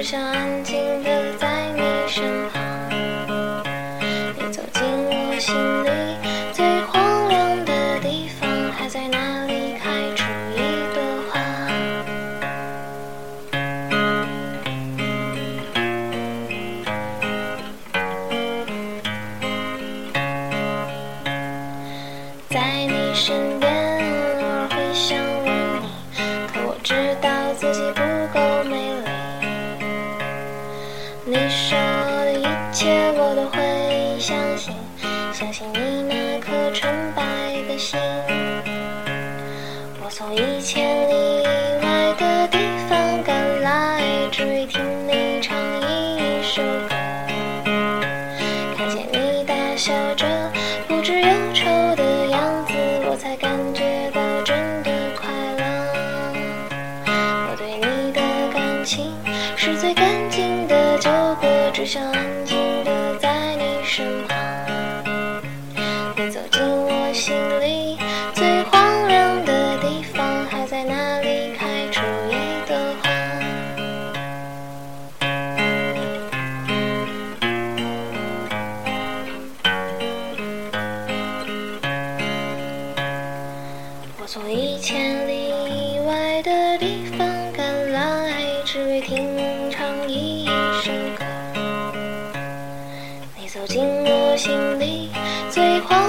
想安静地在你身旁。你走进我心里最荒凉的地方，还在那里开出一朵花。在你身边偶尔会想问你，可我知道自己不够美丽。你说的一切我都会相信，相信你那颗纯白的心。我从1000里以外的地方赶来，只为听你唱一首歌。看见你大笑着不知忧愁的样子，我才感觉到真的快乐。我对你的感情是最干净的酒过，只想安静地在你身旁。你走进我心里最荒凉的地方，还在那里开出一朵花。我从1000里以外的地方赶来，只为听你唱一首歌。你走进我心里最荒